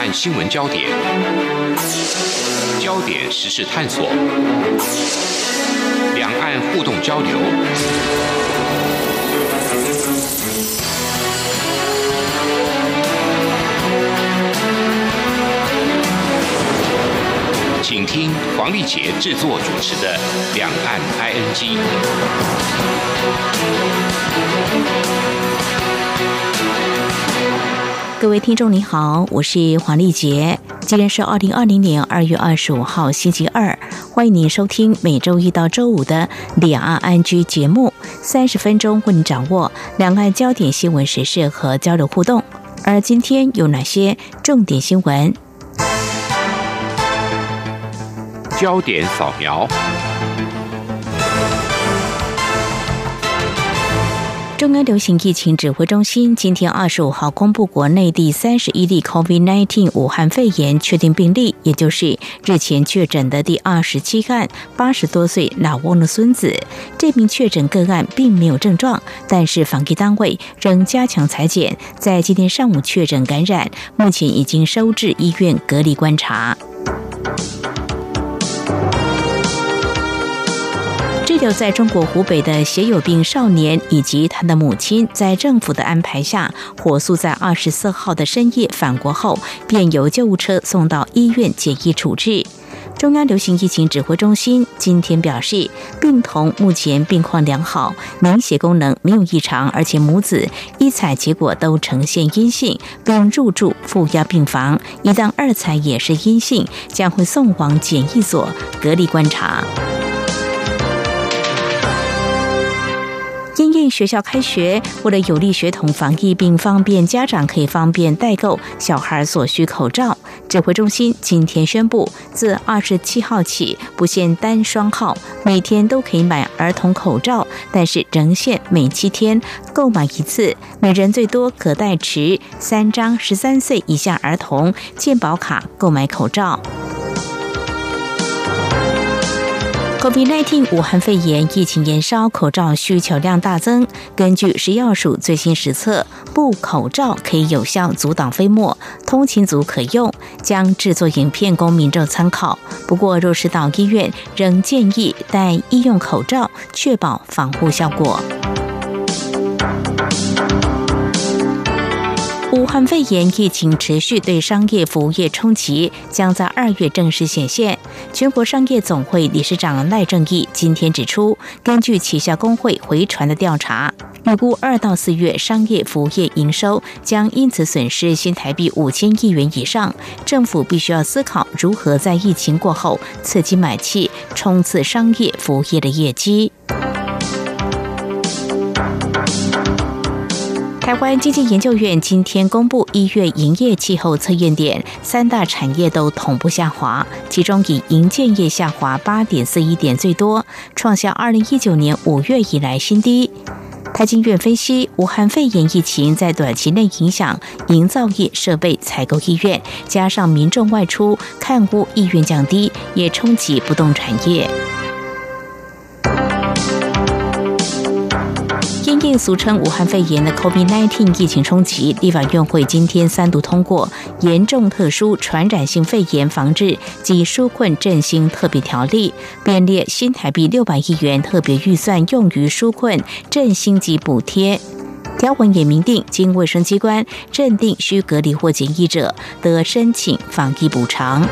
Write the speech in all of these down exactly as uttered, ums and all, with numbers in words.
岸新闻焦点，焦点时事探索，两岸互动交流，请听黄丽杰制作主持的《两岸 I N G》。 各位听众你好，我是黄丽杰，今天是二零二零年二月二十五号星期二，欢迎您收听每周一到周五的两岸 I N G 节目，三十分钟为您掌握两岸焦点新闻时事和交流互动。而今天有哪些重点新闻？ 焦点扫描。 中央流行疫情指挥中心今天二十五号公布国内第三十一例 COVID 十九 武汉肺炎确定病例，也就是日前确诊的第二十七案八十多岁老翁的孙子。这名确诊个案并没有症状，但是防疫单位仍加强采检，在今天上午确诊感染，目前已经收治医院隔离观察。滞留在中国湖北的血友病少年以及他的母亲，在政府的安排下，火速在二十四号的深夜返国后，便由救护车送到医院检疫处置。中央流行疫情指挥中心今天表示，病童目前病况良好，凝血功能没有异常，而且母子一采结果都呈现阴性，并入住负压病房。一旦二采也是阴性，将会送往检疫所隔离观察。因应学校开学，为了有利学童防疫并方便家长可以方便代购小孩所需口罩，指挥中心今天宣布，自二十七号起不限单双号，每天都可以买儿童口罩，但是仍限每七天购买一次，每人最多可代持三张十三岁以下儿童健保卡购买口罩。COVID 十九 武汉肺炎疫情延烧，口罩需求量大增。根据食药署最新实测，布口罩可以有效阻挡飞沫，通勤族可用，将制作影片供民众参考。不过，若是到医院，仍建议戴医用口罩，确保防护效果。武汉肺炎疫情持续对商业服务业冲击，将在二月正式显现。全国商业总会理事长赖正镒今天指出，根据旗下工会回传的调查，预估二到四月商业服务业营收将因此损失新台币五千亿元以上。政府必须要思考如何在疫情过后刺激买气，冲刺商业服务业的业绩。台湾经济研究院今天公布一月营业气候测验点，三大产业都同步下滑，其中以营建业下滑 八点四一 点最多，创下二零一九年五月以来新低。台经院分析，武汉肺炎疫情在短期内影响营造业设备采购意愿，加上民众外出看屋意愿降低，也冲击不动产业。因应俗称武汉肺炎的 COVID 十九 疫情冲击，立法院会今天三读通过《严重特殊传染性肺炎防治及纾困振兴特别条例》，编列新台币六百亿元特别预算用于纾困振兴及补贴。条文也明定，经卫生机关认定需隔离或检疫者，得申请防疫补偿。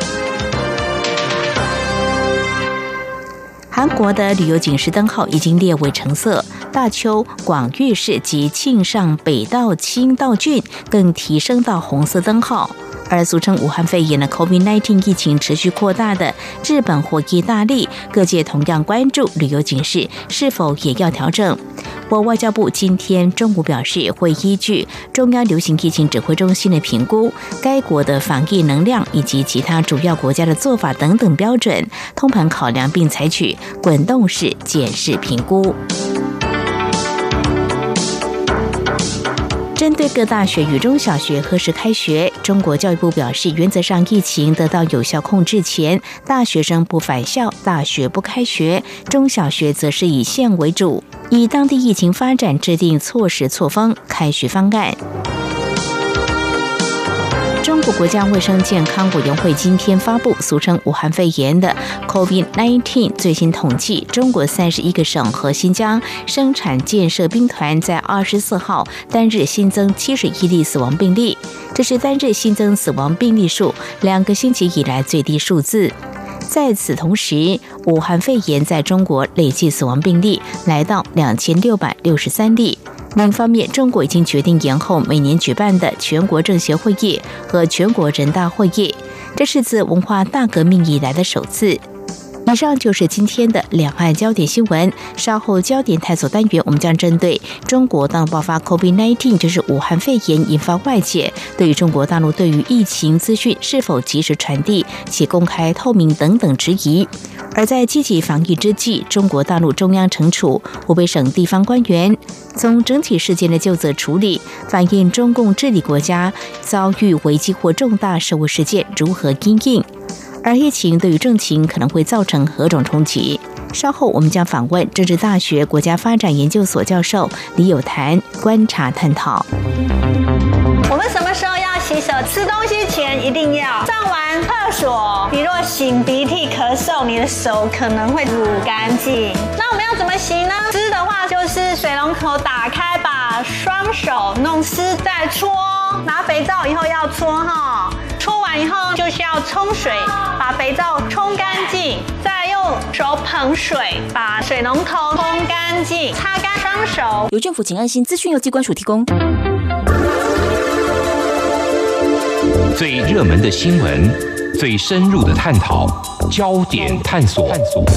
韩国的旅游警示灯号已经列为橙色，大邱、广域市及庆尚北道、清道郡更提升到红色灯号。而俗称武汉肺炎的 COVID 十九 疫情持续扩大的日本或意大利，各界同样关注旅游警示是否也要调整。我外交部今天中午表示，会依据中央流行疫情指挥中心的评估，该国的防疫能量以及其他主要国家的做法等等标准，通盘考量并采取滚动式检视评估。针对各大学与中小学何时开学，中国教育部表示，原则上疫情得到有效控制前，大学生不返校，大学不开学，中小学则是以县为主，以当地疫情发展制定措时措风开学方案。中国国家卫生健康委员会今天发布俗称武汉肺炎的 COVID 十九 最新统计，中国三十一个省和新疆生产建设兵团在二十四号单日新增七十一例死亡病例，这是单日新增死亡病例数两个星期以来最低数字。在此同时，武汉肺炎在中国累计死亡病例来到两千六百六十三例。另一方面，中国已经决定延后每年举办的全国政协会议和全国人大会议，这是自文化大革命以来的首次。以上就是今天的两岸焦点新闻。稍后焦点探索单元，我们将针对中国当爆发 COVID 十九， 就是武汉肺炎，引发外界对于中国大陆对于疫情资讯是否及时传递且公开透明等等质疑。而在积极防疫之际，中国大陆中央惩处湖北省地方官员，从整体事件的究责处理，反映中共治理国家遭遇危机或重大社会事件如何因应。而疫情对于政情可能会造成何种冲击？稍后我们将访问政治大学国家发展研究所教授李有谭，观察探讨。 我们什么时候要洗手？吃东西前一定要上完厕所。你若擤鼻涕、咳嗽，你的手可能会乳干净。那我们要怎么洗呢？湿的话就是水龙头打开，把双手弄湿再搓。拿肥皂以后要搓哈。搓完以后就是要冲水，把肥皂冲干净，再用手捧水把水龙头冲干净，擦干双手。 由政府请安心资讯由机关署提供。 最热门的新闻，最深入的探讨，焦点探索。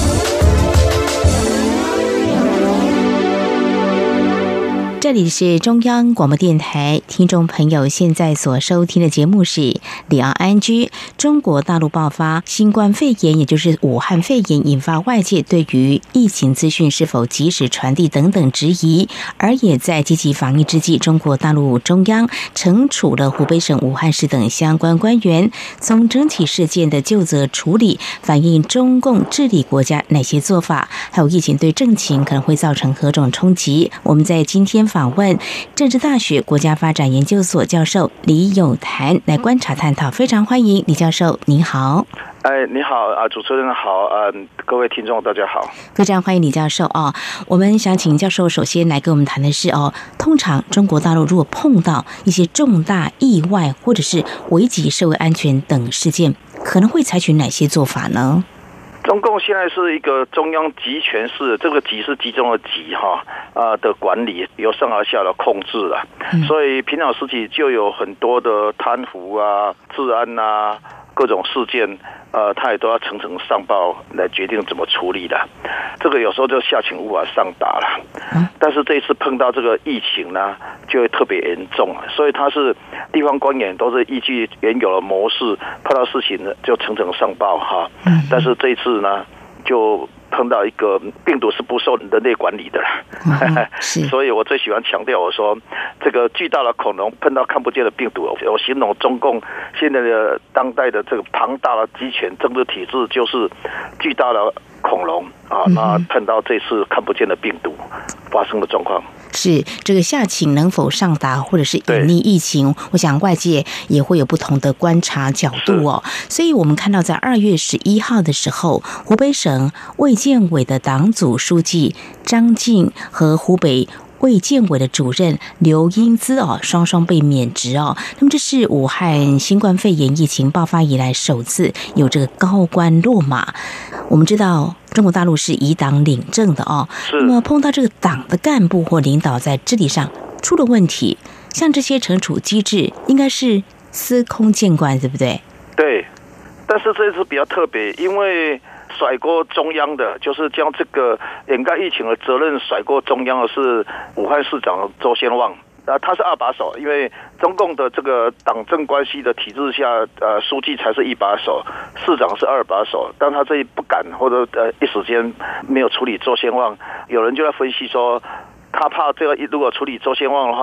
这里是中央广播电台，听众朋友现在所收听的节目是里昂安居。中国大陆爆发新冠肺炎，也就是武汉肺炎，引发外界对于疫情资讯是否及时传递等等质疑。而也在积极防疫之际，中国大陆中央惩处了湖北省武汉市等相关官员，从整体事件的究责处理，反映中共治理国家哪些做法，还有疫情对政情可能会造成何种冲击。我们在今天访问政治大学国家发展研究所教授李有谭来观察探讨，非常欢迎李教授，您好。 哎，你好啊，主持人好，呃，各位听众大家好， 非常欢迎李教授哦。我们想请教授首先来跟我们谈的是哦，通常中国大陆如果碰到一些重大意外或者是危及社会安全等事件，可能会采取哪些做法呢？ 中共现在是一个中央集权式，这个集是集中的集哈啊的管理，由上而下的控制啊，嗯、所以平常时期就有很多的贪腐啊、治安啊各种事件。呃，他也都要层层上报来决定怎么处理的，这个有时候就下情无法上达了。但是这一次碰到这个疫情呢，就会特别严重，所以他是地方官员都是依据原有的模式，碰到事情呢就层层上报哈。但是这一次呢，就碰到一个病毒是不受人类管理的啦，嗯、所以我最喜欢强调我说，这个巨大的恐龙碰到看不见的病毒，我形容中共现在的当代的这个庞大的集权政治体制就是巨大的恐龙啊，那碰到这次看不见的病毒发生的状况。 是这个下情能否上达，或者是隐匿疫情，我想外界也会有不同的观察角度哦。所以我们看到在二月十一号的时候，湖北省卫健委的党组书记张静和湖北卫健委的主任刘英姿哦，双双被免职哦。那么这是武汉新冠肺炎疫情爆发以来首次有这个高官落马。我们知道中国大陆是以党领政的哦，那么碰到这个党的干部或领导在治理上出了问题，像这些惩处机制应该是司空见惯，对不对？ 对，但是这次比较特别，因为甩锅中央的，就是将这个掩盖疫情的责任甩锅中央的是武汉市长周先旺。啊，他是二把手，因为中共的这个党政关系的体制下，呃，书记才是一把手，市长是二把手，但他这一不敢或者呃一时间没有处理周先旺，有人就在分析说，他怕这个如果处理周先旺的话，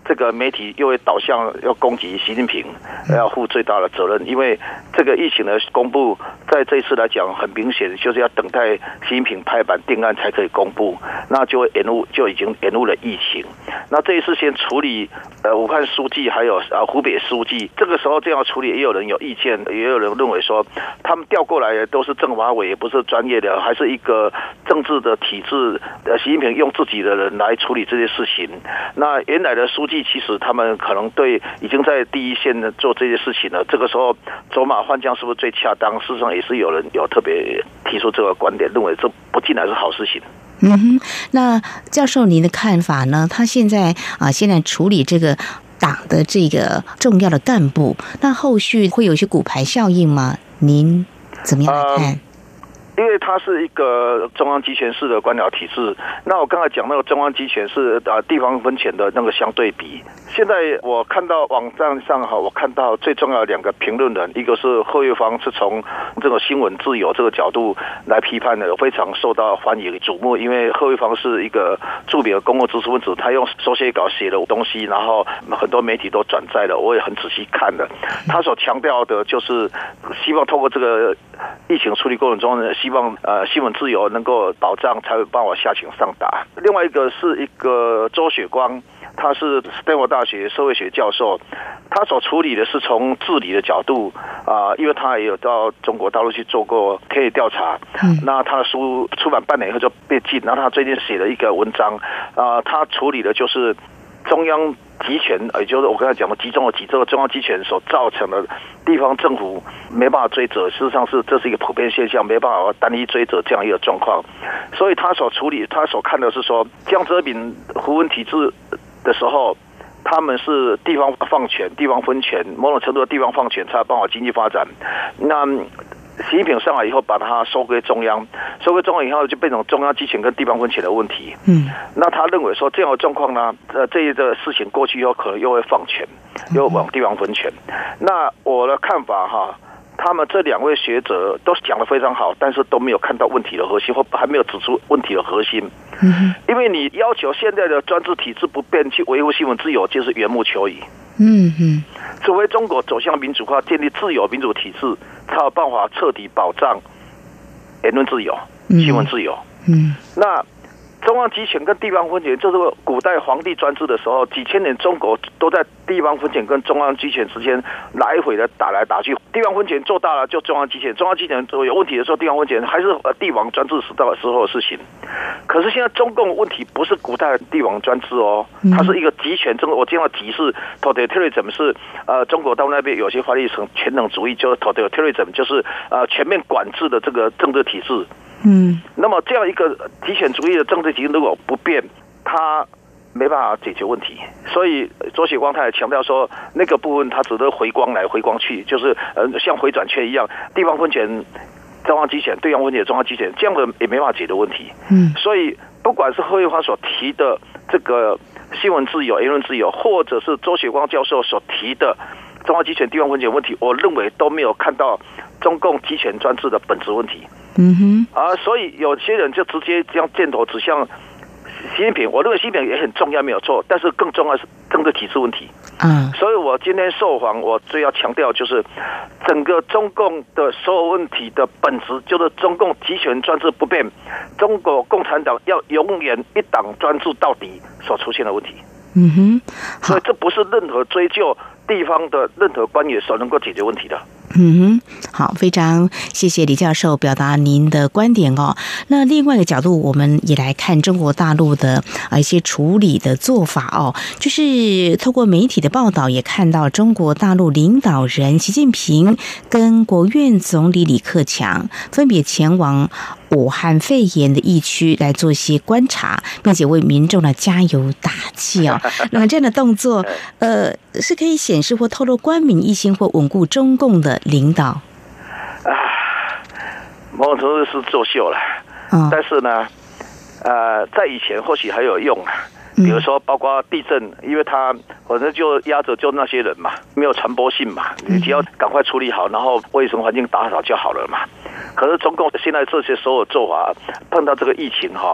这个媒体又会导向要攻击习近平，要负最大的责任，因为这个疫情的公布，在这一次来讲，很明显就是要等待习近平拍板定案才可以公布，那就会延误，就已经延误了疫情。那这一次先处理呃武汉书记还有啊湖北书记，这个时候这样处理，也有人有意见，也有人认为说，他们调过来的都是政法委，也不是专业的，还是一个政治的体制。呃，习近平用自己的人来处理这些事情。那原来的书记其实他们可能对已经在第一线做这些事情了，这个时候走马换将是不是最恰当？事实上也是有人有特别提出这个观点，认为这不尽然是好事情。 嗯哼，那教授您的看法呢？他现在啊，现在处理这个党的这个重要的干部，那后续会有一些骨牌效应吗？您怎么样来看？嗯因为它是一个中央集权式的官僚体制，那我刚才讲那个中央集权是啊地方分权的那个相对比。现在我看到网站上哈，我看到最重要的两个评论人，一个是贺月芳，是从这个新闻自由这个角度来批判的，非常受到欢迎瞩目。因为贺月芳是一个著名的公共知识分子，他用手写稿写的东西，然后很多媒体都转载了，我也很仔细看了。他所强调的就是希望透过这个疫情处理过程中呢，希望呃新闻自由能够保障，才会帮我下情上达。另外一个是一个周雪光，他是斯坦福大学社会学教授，他所处理的是从治理的角度啊、呃，因为他也有到中国大陆去做过田野调查。嗯，那他的书出版半年以后就被禁，然后他最近写了一个文章啊、呃，他处理的就是中央集权，也就是我刚才讲的集中的集，这个中央集权所造成的地方政府没办法追责，事实上是这是一个普遍现象，没办法单一追责这样一个状况。所以他所处理，他所看的是说，江泽民胡温体制的时候，他们是地方放权、地方分权，某种程度的地方放权才有办法经济发展。那习近平上来以后，把它收归中央，收归中央以后就变成中央集权跟地方分权的问题。嗯，那他认为说这样的状况呢，呃，这一个事情过去以后可能又会放权，又往地方分权。那我的看法哈，他们这两位学者都讲得非常好，但是都没有看到问题的核心，或还没有指出问题的核心。嗯，因为你要求现在的专制体制不变，去维护新闻自由，就是缘木求鱼。嗯嗯，除非中国走向民主化，建立自由民主体制，才有办法彻底保障言论自由、新闻自由。嗯，那中央集权跟地方分权，就是古代皇帝专制的时候，几千年中国都在地方分权跟中央集权之间来回的打来打去。地方分权做大了就中央集权，中央集权有问题的时候，地方分权还是帝王专制时代的时候的事情。可是现在中共问题不是古代的帝王专制哦，它是一个集权政。我见到集是 totalitarianism 是呃中国大陆那边有些翻译成全能主义，就是 totalitarianism 就是呃全面管制的这个政治体制。嗯，那么这样一个集权主义的政治体制如果不变，它没办法解决问题。所以周雪光他也强调说，那个部分他只得回光来回光去，就是呃像回转圈一样，地方分权、中央集权、地方分权、中央集权，这样的也没办法解决问题。嗯，所以不管是贺月芳所提的这个新闻自由、言论自由，或者是周雪光教授所提的中央集权、地方分权问题，我认为都没有看到中共集权专制的本质问题。嗯哼，啊，所以有些人就直接将箭头指向习近平。我认为习近平也很重要，没有错，但是更重要的是政治体制问题。嗯，所以我今天受访，我最要强调就是，整个中共的所有问题的本质，就是中共集权专制不变，中国共产党要永远一党专制到底所出现的问题。嗯哼，所以这不是任何追究地方的任何官员所能够解决问题的。 嗯哼，好，非常谢谢李教授表达您的观点哦。那另外一个角度，我们也来看中国大陆的啊一些处理的做法哦，就是透过媒体的报道，也看到中国大陆领导人习近平跟国务院总理李克强分别前往武汉肺炎的疫区来做一些观察，并且为民众来加油打气哦。那么这样的动作，呃，是可以显示或透露官民一心或稳固中共的领导。 啊，某种程度是作秀了。嗯，但是呢，呃，在以前或许还有用啊。比如说，包括地震，因为它反正就压着就那些人嘛，没有传播性嘛，你只要赶快处理好，然后卫生环境打扫就好了嘛。可是中共现在这些所有做法，碰到这个疫情哈，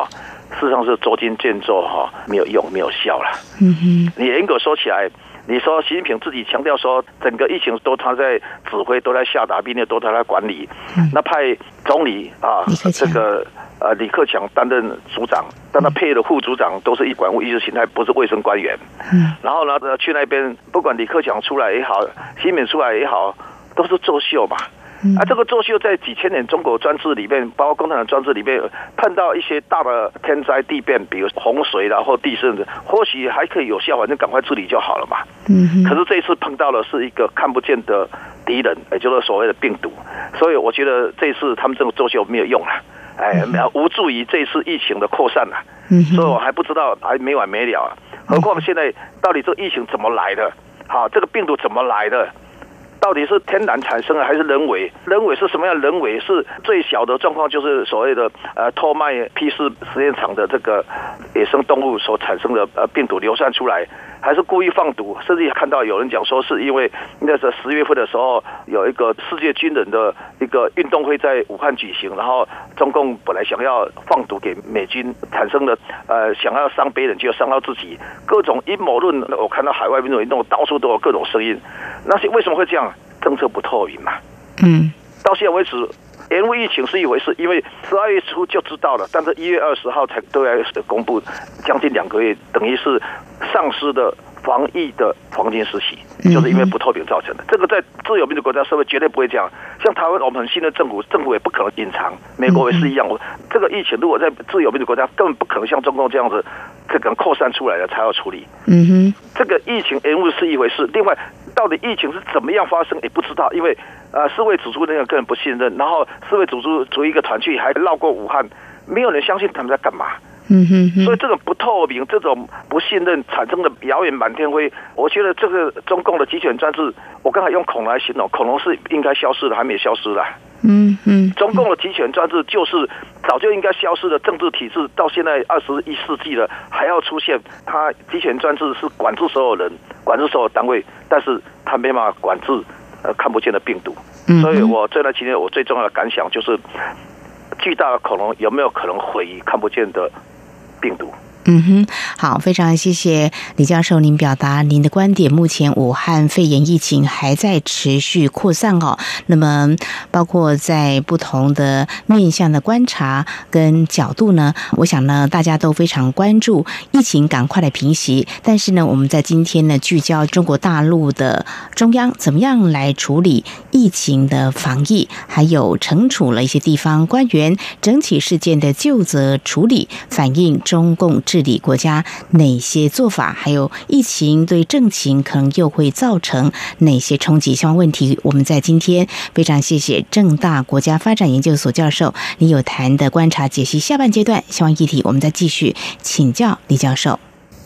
事实上是捉襟见肘哈，没有用，没有效了。 嗯哼， 你严格说起来，你说习近平自己强调说，整个疫情都他在指挥，都在下达命令，都他在管理。嗯、那派总理啊，这个呃李克强担任组长，但他配的副组长都是一管务意识形态，不是卫生官员。嗯，然后呢，去那边不管李克强出来也好，习近平出来也好，都是作秀嘛。啊，这个作秀在几千年中国专制里面，包括共产党专制里面，碰到一些大的天灾地变，比如洪水然后地震，或许还可以有效，反正赶快治理就好了嘛。嗯。可是这一次碰到的是一个看不见的敌人，也就是所谓的病毒，所以我觉得这一次他们这个作秀没有用了，哎，无助于这一次疫情的扩散了。嗯。所以我还不知道，还没完没了啊。何况现在到底这个疫情怎么来的？好，这个病毒怎么来的？到底是天然产生的还是人为？人为是什么样？人为是最小的状况，就是所谓的呃托麦批次实验场的这个野生动物所产生的呃病毒流散出来，还是故意放毒？甚至看到有人讲说，是因为那是十月份的时候有一个世界军人的一个运动会在武汉举行，然后中共本来想要放毒给美军，产生的呃想要伤别人，就伤到自己，各种阴谋论。我看到海外民主运动到处都有各种声音，那是为什么会这样？政策不透明嘛，嗯，到现在为止，延误疫情是一回事，因为十二月初就知道了，但是一月二十号才对外公布，将近两个月，等于是丧失的防疫的黄金时期，就是因为不透明造成的。这个在自由民主国家社会绝对不会这样。像台湾，我们很信任政府，政府也不可能隐藏。美国也是一样，这个疫情如果在自由民主国家，根本不可能像中共这样子，这个扩散出来的才要处理。嗯哼，这个疫情延误是一回事，另外。到底疫情是怎么样发生也不知道，因为呃世卫组织那个根本不信任，然后世卫组织组一个团去还绕过武汉，没有人相信他们在干嘛。嗯哼哼，所以这种不透明、这种不信任产生的谣言满天飞，我觉得这个中共的集权专制，我刚才用恐龙来形容，恐龙是应该消失的，还没消失的。嗯嗯，中共的集权专制就是早就应该消失的政治体制，到现在二十一世纪了还要出现。它集权专制是管制所有人、管制所有单位，但是它没办法管制呃看不见的病毒。所以我这段期间我最重要的感想就是，巨大的恐龙有没有可能毁于看不见的病毒？ 嗯哼，好，非常谢谢李教授您表达您的观点。目前武汉肺炎疫情还在持续扩散哦，那么包括在不同的面向的观察跟角度呢，我想呢大家都非常关注疫情赶快来平息。但是呢，我们在今天呢聚焦中国大陆的中央怎么样来处理疫情的防疫，还有惩处了一些地方官员，整体事件的究责处理，反映中共治理国家哪些做法，还有疫情对政情可能又会造成哪些冲击相关问题，我们在今天非常谢谢政大国家发展研究所教授李有谈的观察解析。下半阶段相关议题我们再继续请教李教授。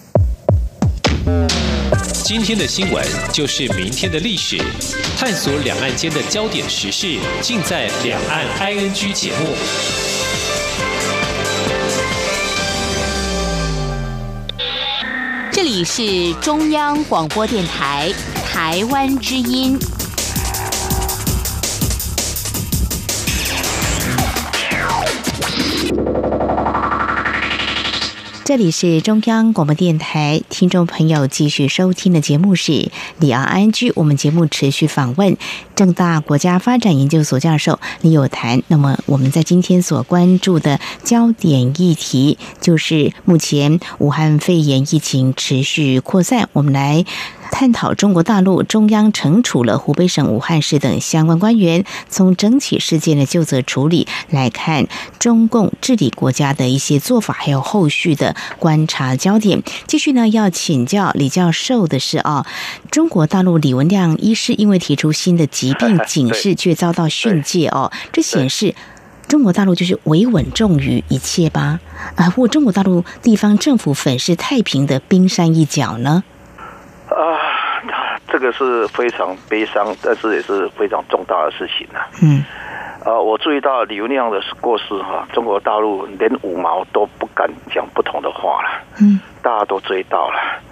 今天的新闻就是明天的历史，探索两岸间的焦点时事，尽在两岸 I N G 节目。 这里是中央广播电台台湾之音。 这里是中央广播电台，听众朋友继续收听的节目是里昂 I N G， 我们节目持续访问政大国家发展研究所教授李有谈。那么我们在今天所关注的焦点议题就是目前武汉肺炎疫情持续扩散，我们来探讨中国大陆中央惩处了湖北省武汉市等相关官员，从整起事件的究责处理来看中共治理国家的一些做法，还有后续的观察焦点。继续呢要请教李教授的是啊，中国大陆李文亮医师因为提出新的疾病警示却遭到训诫哦，这显示中国大陆就是维稳重于一切吧？啊，或中国大陆地方政府粉饰太平的冰山一角呢？ 啊，这个是非常悲伤，但是也是非常重大的事情啊。嗯，呃，我注意到李文亮的过世哈，中国大陆连五毛都不敢讲不同的话了。嗯，大家都追到了。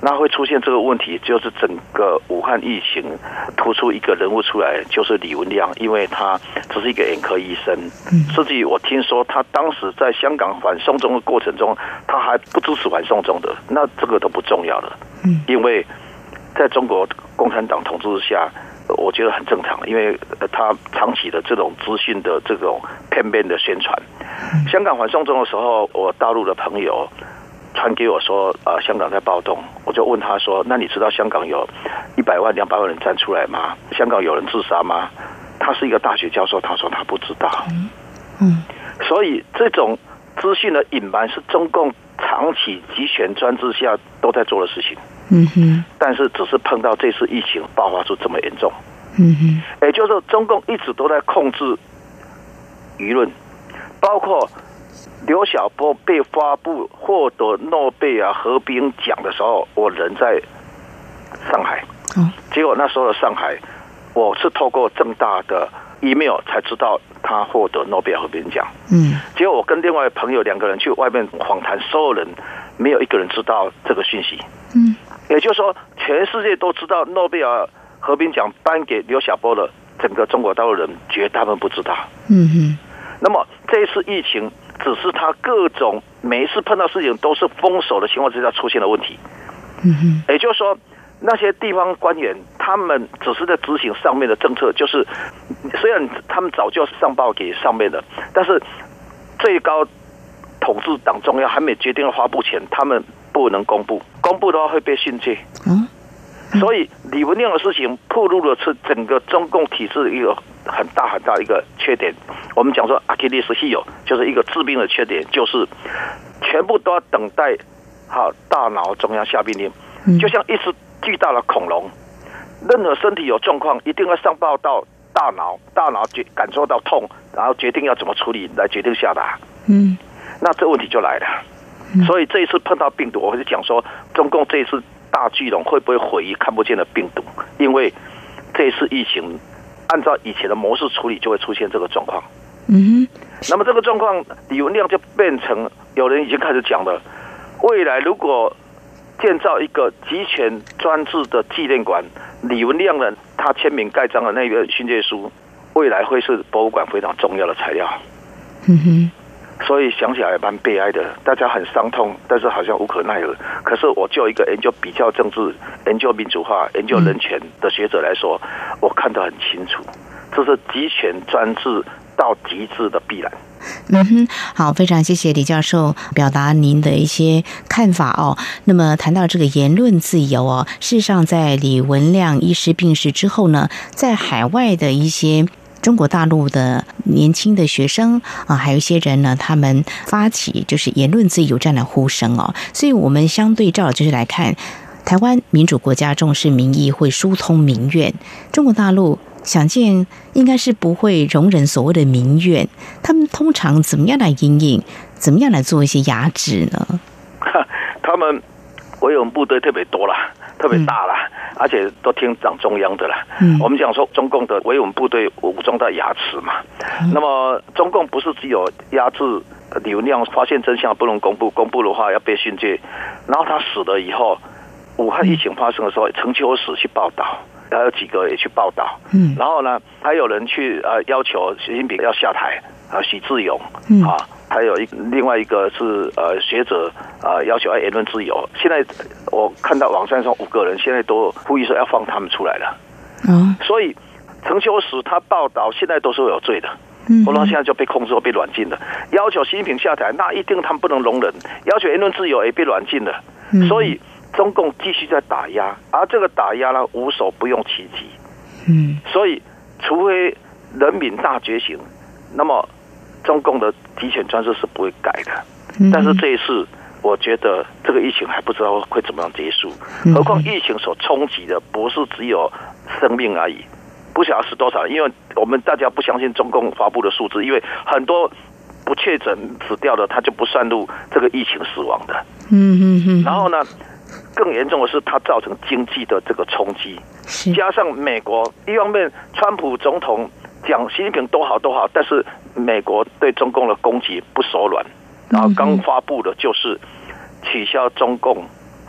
那会出现这个问题，就是整个武汉疫情突出一个人物出来，就是李文亮，因为他只是一个眼科医生，甚至于我听说他当时在香港反送中的过程中，他还不支持反送中的，那这个都不重要了，因为在中国共产党统治下，我觉得很正常，因为他长期的这种资讯的这种片面的宣传。香港反送中的时候，我大陆的朋友传给我说，呃，香港在暴动，我就问他说，那你知道香港有一百万、两百万人站出来吗？香港有人自杀吗？他是一个大学教授，他说他不知道。嗯，所以这种资讯的隐瞒是中共长期集权专制下都在做的事情。嗯哼，但是只是碰到这次疫情爆发出这么严重。嗯哼，也就是说，中共一直都在控制舆论，包括刘晓波被发布获得诺贝尔和平奖的时候，我人在上海。嗯，结果那时候的上海，我是透过政大的 email 才知道他获得诺贝尔和平奖。嗯，结果我跟另外朋友两个人去外面访谈，所有人没有一个人知道这个讯息。嗯，也就是说，全世界都知道诺贝尔和平奖颁给刘晓波的，整个中国大陆人绝大部分不知道。嗯哼，那么这一次疫情，只是他各种每一次碰到事情都是封锁的情况之下出现的问题。嗯哼，也就是说，那些地方官员他们只是在执行上面的政策，就是虽然他们早就上报给上面的，但是最高统治党中央还没决定要发布前，他们不能公布，公布的话会被训诫。嗯，所以李文亮的事情暴露了是整个中共体制的一个很大很大一个缺点。我们讲说阿基里斯heel就是一个致命的缺点，就是全部都要等待好大脑中央下命令，就像一只巨大的恐龙，任何身体有状况，一定要上报到大脑，大脑感受到痛，然后决定要怎么处理，来决定下达。嗯，那这问题就来了。所以这一次碰到病毒，我会讲说，中共这一次大巨龙会不会毁于看不见的病毒？因为这一次疫情，按照以前的模式处理，就会出现这个状况。嗯哼，那么这个状况，李文亮就变成有人已经开始讲了，未来如果建造一个集权专制的纪念馆，李文亮人他签名盖章的那个训诫书，未来会是博物馆非常重要的材料。嗯哼。所以想起来蛮悲哀的，大家很伤痛，但是好像无可奈何。可是我就一个研究比较政治、研究民主化、研究人权的学者来说，我看得很清楚，这是集权专制到极致的必然。 嗯哼，好，非常谢谢李教授表达您的一些看法哦。那么谈到这个言论自由哦，事实上在李文亮医师病逝之后呢，在海外的一些中国大陆的年轻的学生啊，还有一些人呢，他们发起就是言论自由这样的呼声哦。所以我们相对照就是来看，台湾民主国家重视民意，会疏通民怨。中国大陆想见应该是不会容忍所谓的民怨，他们通常怎么样来因应，怎么样来做一些压制呢？ 他们维稳部队特别多啦，特别大啦。嗯，而且都听党中央的啦。嗯，我们讲说中共的维稳部队武装到牙齿嘛。嗯，那么中共不是只有压制李文亮，发现真相不能公布，公布的话要被训诫。然后他死了以后，武汉疫情发生的时候，陈秋实去报道，还有几个也去报道。嗯，然后呢，还有人去呃要求习近平要下台啊，许志永啊。还有一另外一个是呃学者啊、呃、要求要言论自由，现在我看到网站上五个人现在都呼吁说要放他们出来了。嗯，所以陈秋实他报道现在都是有罪的，嗯，不然现在就被控制或被软禁了。要求习近平下台，那一定他们不能容忍；要求言论自由也被软禁了。嗯，所以中共继续在打压，而这个打压呢无所不用其极。嗯，所以除非人民大觉醒，那么中共的集权专制是不会改的。但是这一次我觉得这个疫情还不知道会怎么样结束，何况疫情所冲击的不是只有生命而已，不晓得是多少，因为我们大家不相信中共发布的数字，因为很多不确诊死掉的他就不算入这个疫情死亡的。嗯嗯嗯。然后呢，更严重的是它造成经济的这个冲击，加上美国一方面川普总统讲习近平多好多好，但是美国对中共的攻击不手软，然后刚发布的就是取消中共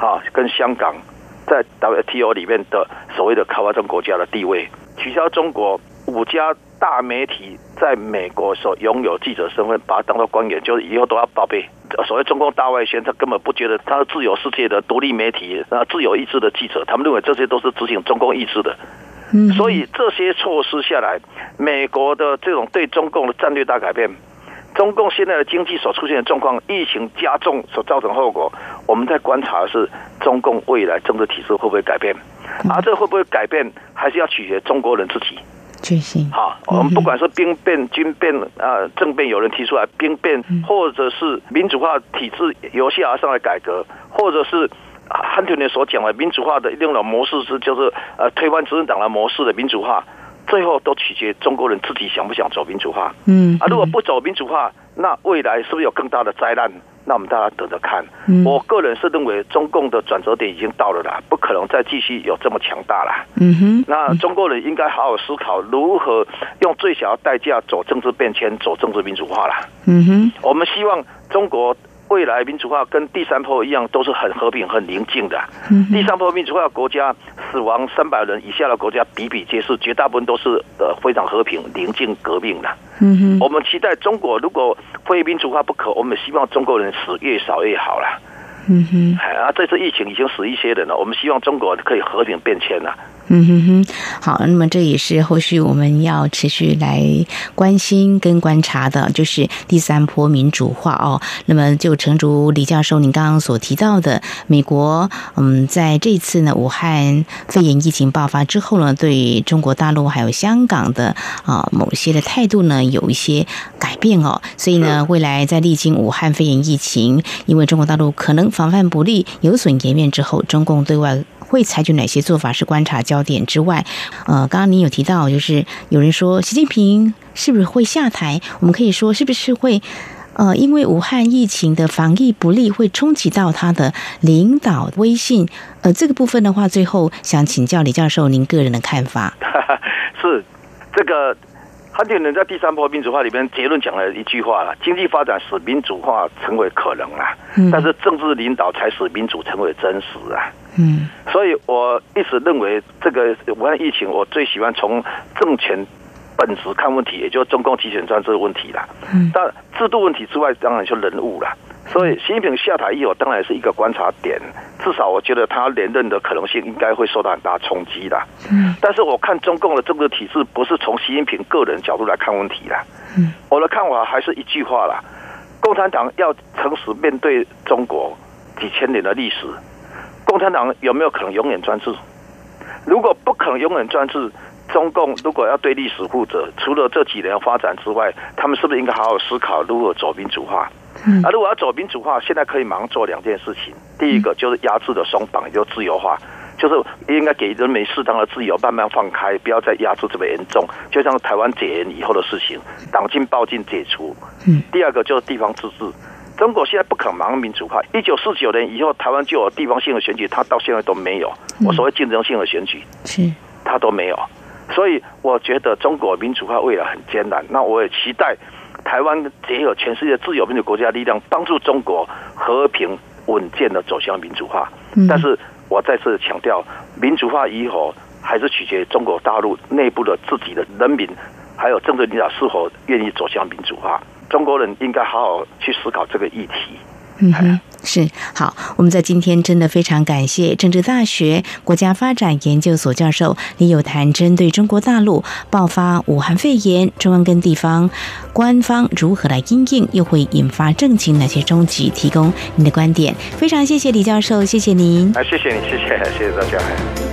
啊跟香港在 W T O 里面的所谓的开发中国家的地位，取消中国五家大媒体在美国所拥有记者身份，把它当作官员，就是以后都要报备。所谓中共大外宣，他根本不觉得他是自由世界的独立媒体，啊，自由意志的记者，他们认为这些都是执行中共意志的。所以这些措施下来，美国的这种对中共的战略大改变，中共现在的经济所出现的状况，疫情加重所造成后果，我们在观察的是中共未来政治体制会不会改变，而这会不会改变，还是要取决中国人自己。 决心好，我们不管是兵变、军变、呃政变，有人提出来兵变，或者是民主化体制由下而上的改革，或者是汉庭年所讲的民主化的另一种模式是就是呃推翻执政党的模式的民主化，最后都取决中国人自己想不想走民主化。嗯啊，如果不走民主化，那未来是不是有更大的灾难？那我们大家等着看。嗯、我个人是认为中共的转折点已经到了啦，不可能再继续有这么强大啦。嗯哼，那中国人应该好好思考如何用最小的代价走政治变迁，走政治民主化啦。嗯哼，我们希望中国未来民主化跟第三波一样，都是很和平、很宁静的。嗯、第三波民主化国家死亡三百人以下的国家比比皆是，绝大部分都是呃非常和平、宁静革命的。嗯哼，我们期待中国如果非民主化不可，我们希望中国人死越少越好啦。嗯哼，啊，这次疫情已经死一些人了，我们希望中国可以和平变迁了。 嗯哼哼，好，那么这也是后续我们要持续来关心跟观察的，就是第三波民主化哦。那么就诚如李教授您刚刚所提到的，美国嗯在这次呢武汉肺炎疫情爆发之后呢，对中国大陆还有香港的啊、呃、某些的态度呢有一些改变哦，所以呢未来在历经武汉肺炎疫情，因为中国大陆可能防范不力，有损颜面之后，中共对外会采取哪些做法是观察焦点之外，呃，刚刚您有提到，就是有人说习近平是不是会下台？我们可以说是不是会，呃，因为武汉疫情的防疫不力，会冲击到他的领导威信？呃，这个部分的话，最后想请教李教授您个人的看法。 是这个。汉庭人在第三波民主化里面结论讲了一句话了：经济发展使民主化成为可能啦，嗯、但是政治领导才使民主成为真实啊。嗯，所以我一直认为这个武汉疫情，我最喜欢从政权本质看问题，也就是中共集权专制问题啦。嗯，但制度问题之外，当然就人物啦。所以习近平下台以后，当然是一个观察点。至少我觉得他连任的可能性应该会受到很大冲击啦。嗯，但是我看中共的政治体制不是从习近平个人角度来看问题啦。嗯，我的看法还是一句话啦：共产党要诚实面对中国几千年的历史，共产党有没有可能永远专制？如果不可能永远专制，中共如果要对历史负责，除了这几年发展之外，他们是不是应该好好思考如何走民主化？嗯，啊，如果要走民主化，现在可以马上做两件事情。第一个就是压制的松绑，也就是自由化，就是应该给人民适当的自由，慢慢放开，不要再压制这么严重。就像台湾解严以后的事情，党禁报禁解除。嗯，第二个就是地方自治。中国现在不可能马上民主化。一九四九年以后，台湾就有地方性的选举，它到现在都没有。我所谓竞争性的选举，是它都没有。所以我觉得中国民主化未来很艰难。那我也期待台湾结合全世界自由民主国家的力量，帮助中国和平稳健的走向民主化。嗯、但是我再次强调，民主化以后还是取决于中国大陆内部的自己的人民，还有政治领导是否愿意走向民主化。中国人应该好好去思考这个议题。 嗯哼，是好。我们在今天真的非常感谢政治大学国家发展研究所教授李有谈，针对中国大陆爆发武汉肺炎，中央跟地方官方如何来因应，又会引发政情哪些冲击，提供您的观点。非常谢谢李教授，谢谢您。 啊，谢谢你，谢谢，谢谢大家。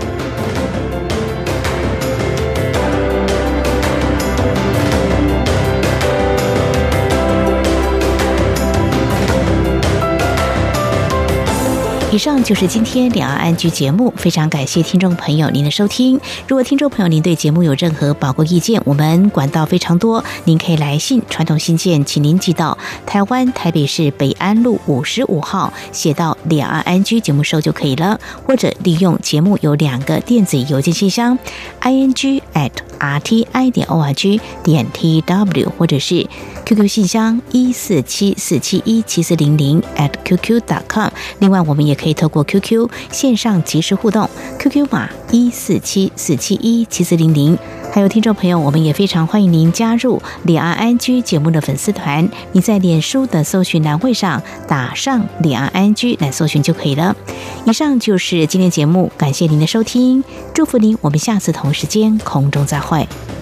以上就是今天两岸安居节目，非常感谢听众朋友您的收听。如果听众朋友您对节目有任何宝贵意见，我们管道非常多，您可以来信，传统信件请您寄到台湾台北市北安路五十五号，写到两岸安居节目收就可以了，或者利用节目有两个电子邮件信箱 i n g at r t i 点 o r g 点 t w， 或者是 Q Q 信箱一四七四七一七四零零 at q q dot com。另外，我们也可以透过 Q Q 线上即时互动 ，Q Q 码一四七四七一七四零零。还有听众朋友，我们也非常欢迎您加入两岸 I N G 节目的粉丝团。你在脸书的搜寻栏位上打上两岸 I N G 来搜寻就可以了。以上就是今天节目，感谢您的收听，祝福您，我们下次同时间空中再会。